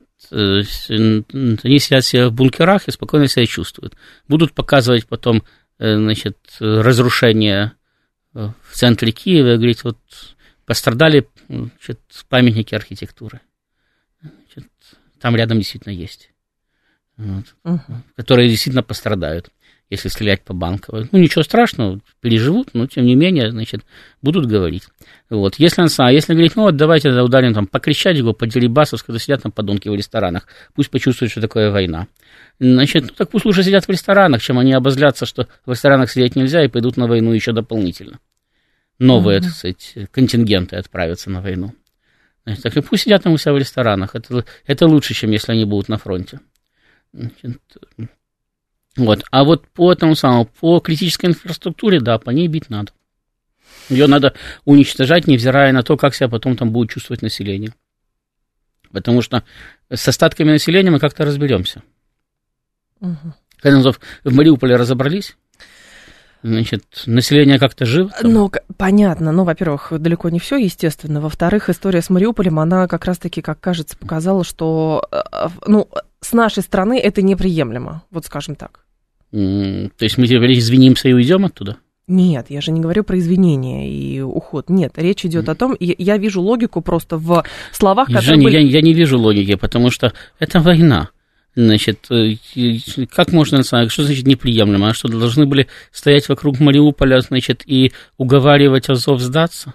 они сидят себе в бункерах и спокойно себя чувствуют. Будут показывать потом, значит, разрушения в центре Киева и говорить, вот пострадали, значит, памятники архитектуры. Значит, там рядом действительно есть, вот, uh-huh. которые действительно пострадают, если стрелять по Банковой. Ну, ничего страшного, переживут, но, тем не менее, значит, будут говорить. Вот. Если, а если говорить, ну, вот давайте ударим там, по Крещатику, по Дерибасовску, когда сидят там подонки в ресторанах, пусть почувствуют, что такое война. Значит, ну, так пусть лучше сидят в ресторанах, чем они обозлятся, что в ресторанах сидеть нельзя, и пойдут на войну еще дополнительно. Новые, uh-huh. так сказать, контингенты отправятся на войну. Значит, так и пусть сидят там у себя в ресторанах. Это, это лучше, чем если они будут на фронте. Значит, вот. А вот по тому самому, по критической инфраструктуре, да, по ней бить надо. Ее надо уничтожать, невзирая на то, как себя потом там будет чувствовать население. Потому что с остатками населения мы как-то разберемся. Угу. В конце концов, в Мариуполе разобрались. Значит, население как-то живо? Там? Ну, понятно. Ну, во-первых, далеко не все, естественно. Во-вторых, история с Мариуполем, она как раз-таки, как кажется, показала, что, ну, с нашей стороны это неприемлемо, вот скажем так. Mm, то есть мы теперь извинимся и уйдем оттуда? Нет, я же не говорю про извинения и уход. Нет, речь идет mm. о том, я, я вижу логику просто в словах, которые Женя, были... я, я не вижу логики, потому что это война. Значит, как можно, что значит неприемлемо? А что, должны были стоять вокруг Мариуполя, значит, и уговаривать Азов сдаться?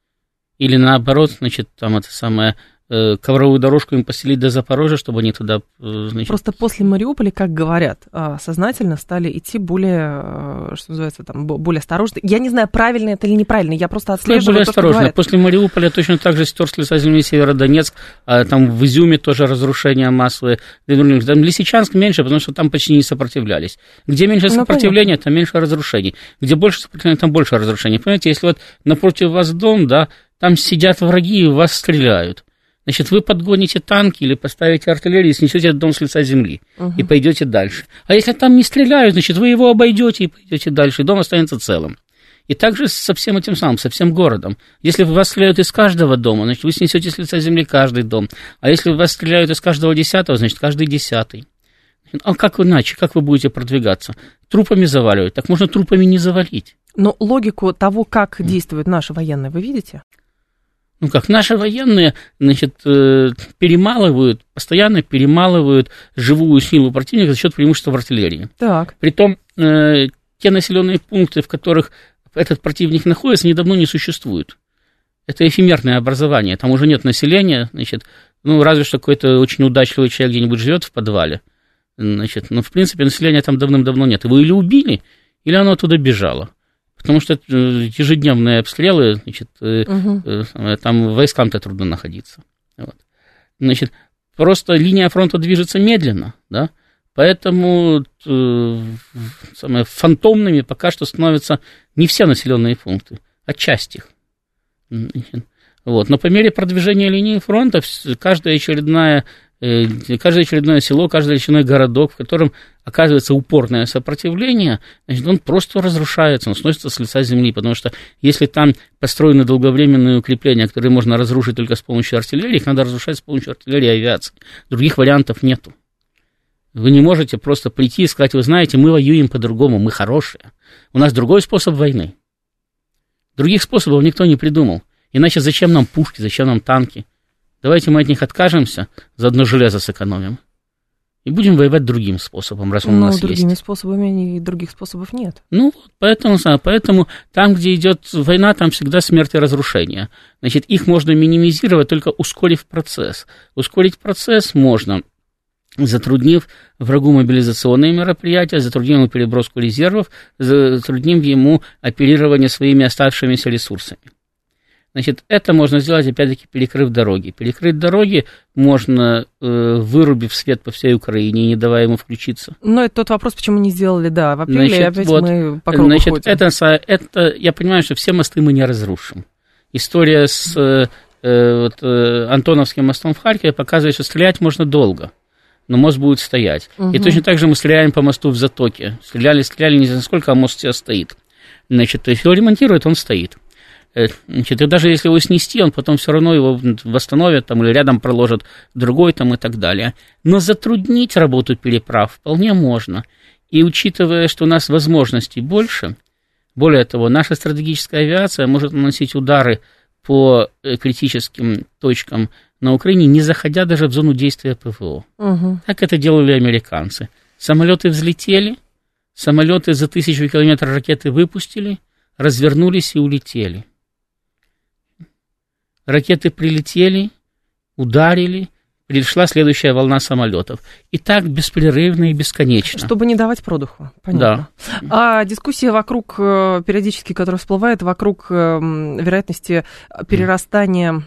Или наоборот, значит, там это самое, ковровую дорожку им поселить до Запорожья, чтобы они туда, значит... Просто после Мариуполя, как говорят, сознательно стали идти более, что называется, там, более осторожно. Я не знаю, правильно это или неправильно, я просто отслеживаю более то, осторожно. Что говорят. После Мариуполя точно так же стер с лица земли Северодонецк, а там в Изюме тоже разрушения массовые. Там Лисичанск меньше, потому что там почти не сопротивлялись. Где меньше сопротивления, ну, там меньше разрушений. Где больше сопротивления, там больше разрушений. Понимаете, если вот напротив вас дом, да, там сидят враги и в вас стреляют. Значит, вы подгоните танки или поставите артиллерию и снесете этот дом с лица земли, uh-huh. и пойдете дальше. А если там не стреляют, значит, вы его обойдете и пойдете дальше, и дом останется целым. И также со всем этим самым, со всем городом. Если в вас стреляют из каждого дома, значит, вы снесете с лица земли каждый дом. А если в вас стреляют из каждого десятого, значит, каждый десятый. А как иначе? Как вы будете продвигаться? Трупами заваливать? Так можно трупами не завалить. Но логику того, как действуют наши военные, вы видите? Ну, как наши военные, значит, перемалывают, постоянно перемалывают живую силу противника за счет преимущества в артиллерии. Так. Притом, э, те населенные пункты, в которых этот противник находится, они давно не существуют. Это эфемерное образование, там уже нет населения, значит, ну, разве что какой-то очень удачливый человек где-нибудь живет в подвале, значит, но, в принципе, населения там давным-давно нет. Его или убили, или оно оттуда бежало. Потому что ежедневные обстрелы, значит, угу. там войскам-то трудно находиться. Вот. Значит, просто линия фронта движется медленно, да, поэтому э, самое, фантомными пока что становятся не все населенные пункты, а часть их. Значит, вот. Но по мере продвижения линии фронта каждая очередная Каждое очередное село, каждый очередной городок, в котором оказывается упорное сопротивление, значит, он просто разрушается, он сносится с лица земли, потому что если там построены долговременные укрепления, которые можно разрушить только с помощью артиллерии, их надо разрушать с помощью артиллерии и авиации. Других вариантов нету. Вы не можете просто прийти и сказать, вы знаете, мы воюем по-другому, мы хорошие. У нас другой способ войны. Других способов никто не придумал. Иначе зачем нам пушки, зачем нам танки? Давайте мы от них откажемся, заодно железо сэкономим. И будем воевать другим способом, раз он ну, у нас есть. Ну, другими способами и других способов нет. Ну, поэтому, поэтому там, где идет война, там всегда смерть и разрушение. Значит, их можно минимизировать, только ускорив процесс. Ускорить процесс можно, затруднив врагу мобилизационные мероприятия, затруднив ему переброску резервов, затруднив ему оперирование своими оставшимися ресурсами. Значит, это можно сделать, опять-таки, перекрыв дороги. Перекрыть дороги можно, э, вырубив свет по всей Украине, не давая ему включиться. Но это тот вопрос, почему не сделали, да, в апреле, значит, и опять вот, мы по кругу значит, ходим. Это, это, я понимаю, что все мосты мы не разрушим. История с э, вот, э, Антоновским мостом в Харькове показывает, что стрелять можно долго, но мост будет стоять. Угу. И точно так же мы стреляем по мосту в Затоке. Стреляли, стреляли, не знаю сколько, а мост сейчас стоит. Значит, то есть его ремонтируют, он стоит. Значит, и даже если его снести, он потом все равно его восстановит там, или рядом проложат другой там, и так далее. Но затруднить работу переправ вполне можно. И учитывая, что у нас возможностей больше, более того, наша стратегическая авиация может наносить удары по критическим точкам на Украине, не заходя даже в зону действия ПВО. Угу. Так это делали американцы. Самолеты взлетели, самолеты за тысячу километров ракеты выпустили, развернулись и улетели. Ракеты прилетели, ударили, пришла следующая волна самолетов. И так беспрерывно и бесконечно. Чтобы не давать продуху, понятно. Да. А дискуссия вокруг, периодически, которая всплывает, вокруг вероятности перерастания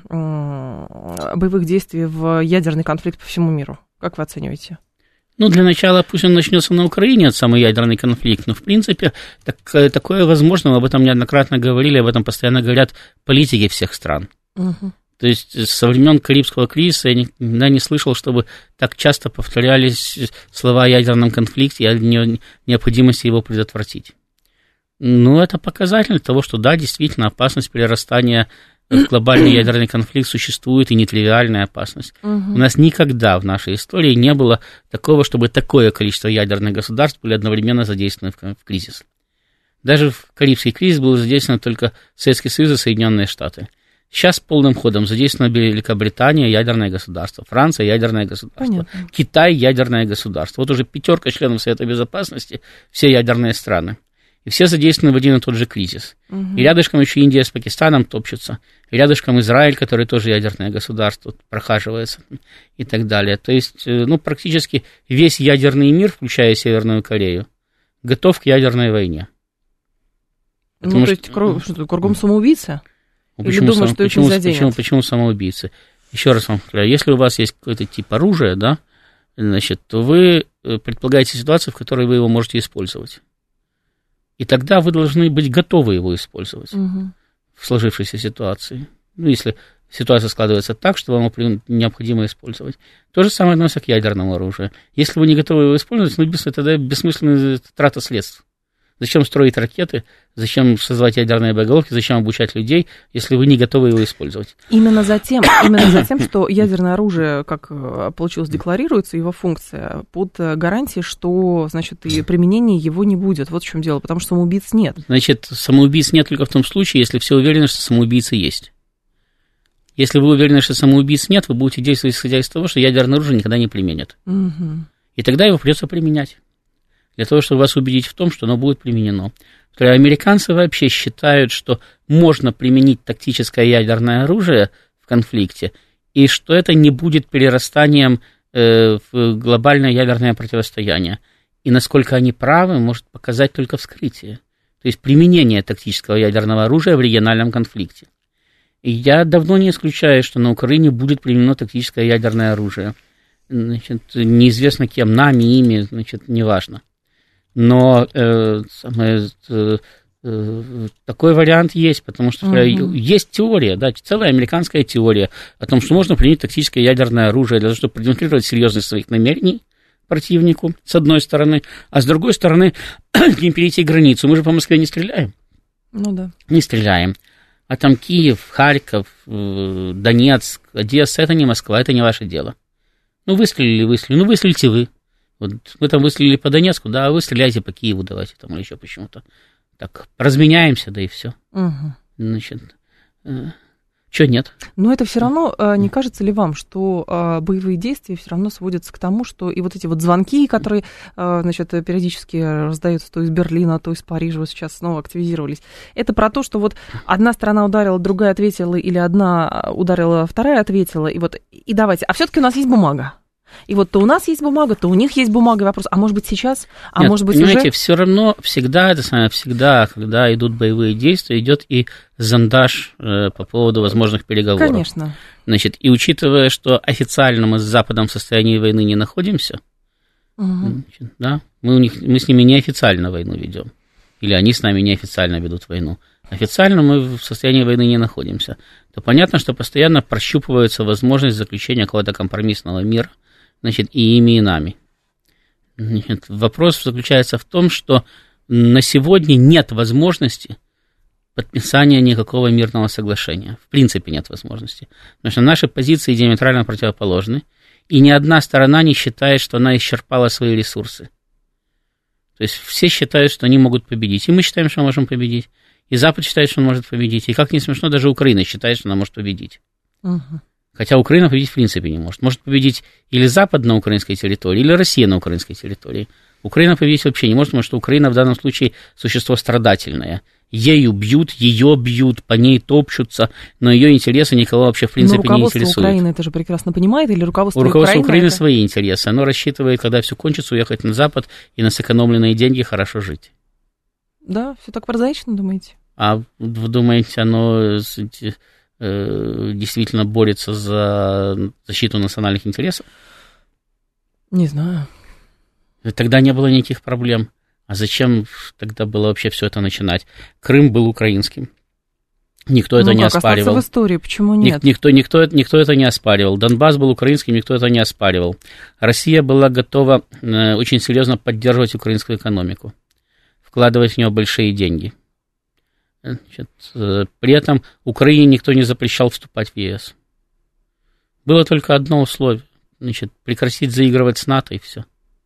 боевых действий в ядерный конфликт по всему миру. Как вы оцениваете? Ну, для начала пусть он начнется на Украине, от самый ядерный конфликт, но, в принципе, так, такое возможно, мы об этом неоднократно говорили, об этом постоянно говорят политики всех стран. Угу. То есть со времен Карибского кризиса я никогда не слышал, чтобы так часто повторялись слова о ядерном конфликте и о необходимости его предотвратить. Ну, это показатель того, что да, действительно, опасность перерастания в глобальный ядерный конфликт существует, и нетривиальная опасность. Угу. У нас никогда в нашей истории не было такого, чтобы такое количество ядерных государств были одновременно задействованы в, в кризис. Даже в Карибский кризис был задействован только Советский Союз и Соединенные Штаты. Сейчас полным ходом задействована Великобритания, ядерное государство, Франция, ядерное государство, понятно. Китай, ядерное государство. Вот уже пятерка членов Совета Безопасности, все ядерные страны. И все задействованы в один и тот же кризис. Угу. И рядышком еще Индия с Пакистаном топчутся. И рядышком Израиль, который тоже ядерное государство, прохаживается и так далее. То есть, ну, практически весь ядерный мир, включая Северную Корею, готов к ядерной войне. Потому ну, то есть, что, что, кругом самоубийцы? Ну, почему, Или думаешь, сам, что почему, их не почему, почему самоубийцы? Еще раз вам говорю, если у вас есть какой-то тип оружия, да, значит, то вы предполагаете ситуацию, в которой вы его можете использовать. И тогда вы должны быть готовы его использовать угу. в сложившейся ситуации. Ну, если ситуация складывается так, что вам его необходимо использовать. То же самое относится к ядерному оружию. Если вы не готовы его использовать, ну, тогда бессмысленная трата средств. Зачем строить ракеты, зачем создавать ядерные боеголовки, зачем обучать людей, если вы не готовы его использовать? Именно за тем, именно за тем, что ядерное оружие, как получилось, декларируется, его функция, под гарантией, что, значит, и применения его не будет. Вот в чем дело, потому что самоубийц нет. Значит, самоубийц нет только в том случае, если все уверены, что самоубийцы есть. Если вы уверены, что самоубийц нет, вы будете действовать исходя из того, что ядерное оружие никогда не применят. Угу. И тогда его придется применять. Для того, чтобы вас убедить в том, что оно будет применено. Американцы вообще считают, что можно применить тактическое ядерное оружие в конфликте, и что это не будет перерастанием э, в глобальное ядерное противостояние. И насколько они правы, может показать только вскрытие. То есть применение тактического ядерного оружия в региональном конфликте. И я давно не исключаю, что на Украине будет применено тактическое ядерное оружие. Значит, неизвестно кем, нами, ими, значит, неважно. Но э, самое, э, э, такой вариант есть, потому что uh-huh. есть теория, да, целая американская теория о том, что можно применить тактическое ядерное оружие для того, чтобы продемонстрировать серьезность своих намерений противнику, с одной стороны, а с другой стороны, к ним перейти границу. Мы же по Москве не стреляем. Ну да. Не стреляем. А там Киев, Харьков, Донецк, Одесса, это не Москва, это не ваше дело. Ну, выстрелили, выстрелили, ну, выстрелите вы. Вот мы там выстрелили по Донецку, да, а вы стреляйте по Киеву, давайте там, или еще почему-то. Так, разменяемся, да и все. Угу. Значит, э, что нет? Но это все равно, э, не кажется ли вам, что э, боевые действия все равно сводятся к тому, что и вот эти вот звонки, которые, э, значит, периодически раздаются то из Берлина, то из Парижа, вот сейчас снова активизировались, это про то, что вот одна страна ударила, другая ответила, или одна ударила, вторая ответила, и вот, и давайте, а все-таки у нас есть бумага. И вот то у нас есть бумага, то у них есть бумага. Вопрос, а может быть сейчас, а Нет, может быть понимаете, уже... все равно всегда, это самое, всегда, когда идут боевые действия, идет и зондаж э, по поводу возможных переговоров. Конечно. Значит, и учитывая, что официально мы с Западом в состоянии войны не находимся, Угу. значит, да, мы, у них, мы с ними неофициально войну ведем. Или они с нами неофициально ведут войну. Официально мы в состоянии войны не находимся. То понятно, что постоянно прощупывается возможность заключения какого-то компромиссного мира, значит, и ими, и нами. Значит, вопрос заключается в том, что на сегодня нет возможности подписания никакого мирного соглашения. В принципе нет возможности. Потому что наши позиции диаметрально противоположны, и ни одна сторона не считает, что она исчерпала свои ресурсы. То есть все считают, что они могут победить. И мы считаем, что мы можем победить. И Запад считает, что он может победить. И, как ни смешно, даже Украина считает, что она может победить. Угу. Хотя Украина победить в принципе не может. Может победить или Запад на украинской территории, или Россия на украинской территории. Украина победить вообще не может, потому что Украина в данном случае существо страдательное. Ею бьют, ее бьют, по ней топчутся, но ее интересы никого вообще в принципе не интересуют. Руководство Украины это же прекрасно понимает, или руководство У руководства Украины, Украины это... свои интересы. Оно рассчитывает, когда все кончится, уехать на Запад и на сэкономленные деньги хорошо жить. Да, все так прозаично, думаете? А вы думаете, оно э, действительно борется за защиту национальных интересов? Не знаю. Тогда не было никаких проблем. А зачем тогда было вообще все это начинать? Крым был украинским. Никто это ну, не как, оспаривал. В истории, почему нет? Ник, никто, никто, никто это не оспаривал. Донбасс был украинским, никто это не оспаривал. Россия была готова э, очень серьезно поддерживать украинскую экономику, вкладывать в нее большие деньги. Значит, э, при этом Украине никто не запрещал вступать в ЕС. Было только одно условие. Значит, прекратить заигрывать с НАТО и все.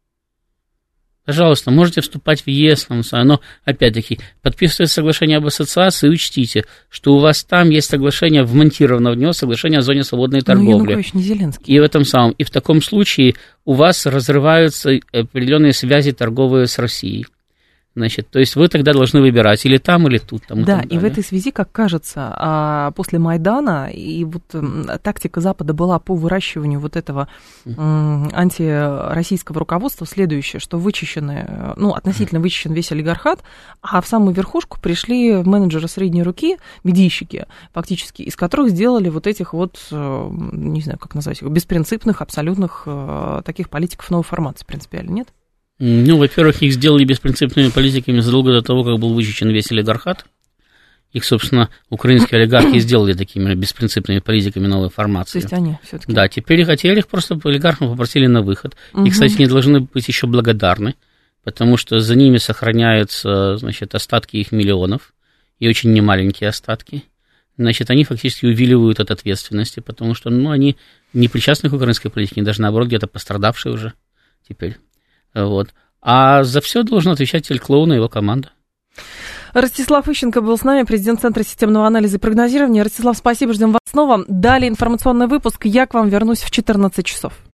Пожалуйста, можете вступать в ЕС, но, опять-таки, подписывайте соглашение об ассоциации и учтите, что у вас там есть соглашение, вмонтировано в него соглашение о зоне свободной торговли. Ну, Янукович не Зеленский. И в этом самом, и в таком случае у вас разрываются определенные связи торговые с Россией. Значит, то есть вы тогда должны выбирать или там, или тут. Там, и да, так и в этой связи, как кажется, после Майдана, и вот тактика Запада была по выращиванию вот этого антироссийского руководства следующее, что вычищены, ну, относительно вычищен весь олигархат, а в самую верхушку пришли менеджеры средней руки, медийщики, фактически, из которых сделали вот этих вот, не знаю, как назвать их, беспринципных, абсолютных таких политиков новой формации, принципиально, нет? Ну, во-первых, их сделали беспринципными политиками задолго до того, как был вычищен весь олигархат. Их, собственно, украинские олигархи сделали такими беспринципными политиками новой формации. То есть они все-таки... Да, теперь хотели их просто олигархов попросили на выход. Угу. И, кстати, они должны быть еще благодарны, потому что за ними сохраняются, значит, остатки их миллионов, и очень немаленькие остатки. Значит, они фактически увиливают от ответственности, потому что, ну, они не причастны к украинской политике, даже наоборот, где-то пострадавшие уже теперь. Вот. А за все должен отвечать Эль-Клоун и его команда. Ростислав Ищенко был с нами, президент Центра системного анализа и прогнозирования. Ростислав, спасибо, ждем вас снова. Далее информационный выпуск. Я к вам вернусь в четырнадцать часов.